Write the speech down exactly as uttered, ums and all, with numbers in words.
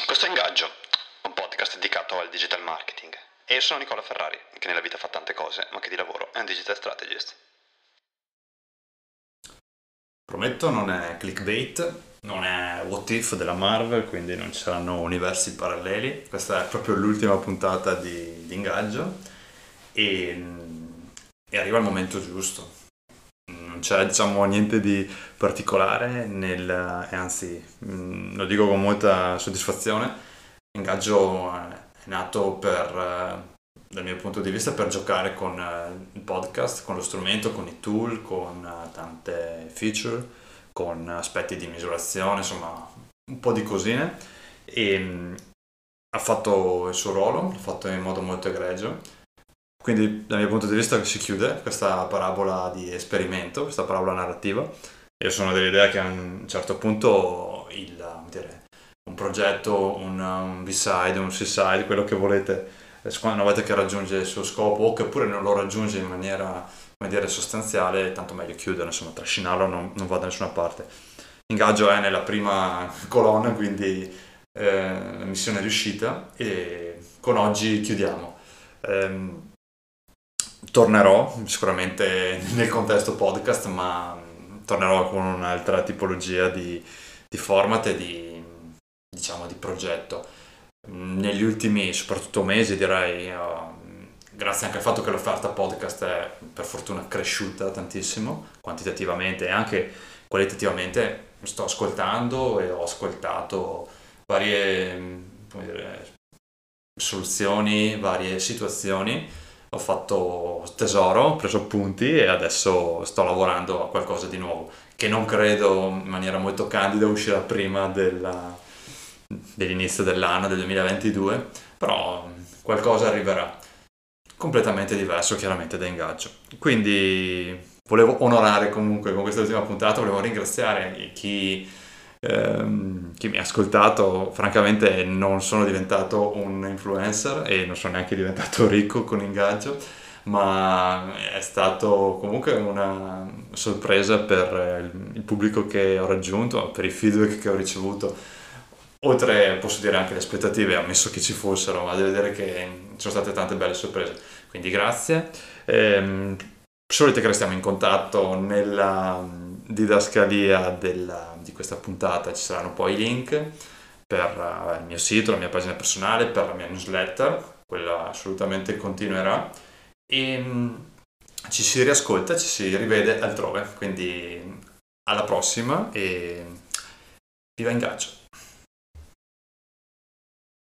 Questo è Ingaggio, un podcast dedicato al digital marketing. E io sono Nicola Ferrari, che nella vita fa tante cose, ma che di lavoro è un digital strategist. Prometto, non è clickbait, non è what if della Marvel, quindi non ci saranno universi paralleli. Questa è proprio l'ultima puntata di, di Ingaggio e, e arriva il momento giusto. Non c'è, diciamo, niente di particolare nel, e anzi, mh, lo dico con molta soddisfazione. Ingaggio è nato per, eh, dal mio punto di vista, per giocare con eh, il podcast, con lo strumento, con i tool, con eh, tante feature, con aspetti di misurazione, insomma, un po' di cosine. E mh, ha fatto il suo ruolo, l'ha fatto in modo molto egregio. Quindi dal mio punto di vista si chiude questa parabola di esperimento, questa parabola narrativa. Io sono dell'idea che a un certo punto il, come dire, un progetto, un, un B-side, un C-side, quello che volete, eh, una volta che raggiunge il suo scopo o che pure non lo raggiunge in maniera, come dire, sostanziale, tanto meglio chiudere, insomma, trascinarlo non, non va da nessuna parte. Ingaggio è nella prima colonna, quindi eh, la missione è riuscita e con oggi chiudiamo. Ehm, Tornerò sicuramente nel contesto podcast, ma tornerò con un'altra tipologia di, di format e di, diciamo, di progetto. Negli ultimi, soprattutto mesi, direi, uh, grazie anche al fatto che l'offerta podcast è per fortuna cresciuta tantissimo, quantitativamente e anche qualitativamente, sto ascoltando e ho ascoltato varie, come dire, soluzioni, varie situazioni. Ho fatto tesoro, ho preso appunti e adesso sto lavorando a qualcosa di nuovo, che non credo in maniera molto candida uscirà prima della- dell'inizio dell'anno, del duemilaventidue, però qualcosa arriverà, completamente diverso chiaramente da Ingaggio. Quindi volevo onorare comunque con questa ultima puntata, volevo ringraziare chi Ehm, chi mi ha ascoltato. Francamente non sono diventato un influencer e non sono neanche diventato ricco con Ingaggio, ma è stato comunque una sorpresa per il, il pubblico che ho raggiunto, per i feedback che ho ricevuto, oltre, posso dire, anche le aspettative, ammesso che ci fossero, ma devo dire che ci sono state tante belle sorprese, quindi grazie. Ehm, Solite che restiamo in contatto nella didascalia della- di questa puntata, ci saranno poi i link per eh, il mio sito, la mia pagina personale, per la mia newsletter, quella assolutamente continuerà e mm, ci si riascolta, ci si rivede altrove, quindi alla prossima e viva Ingaggio!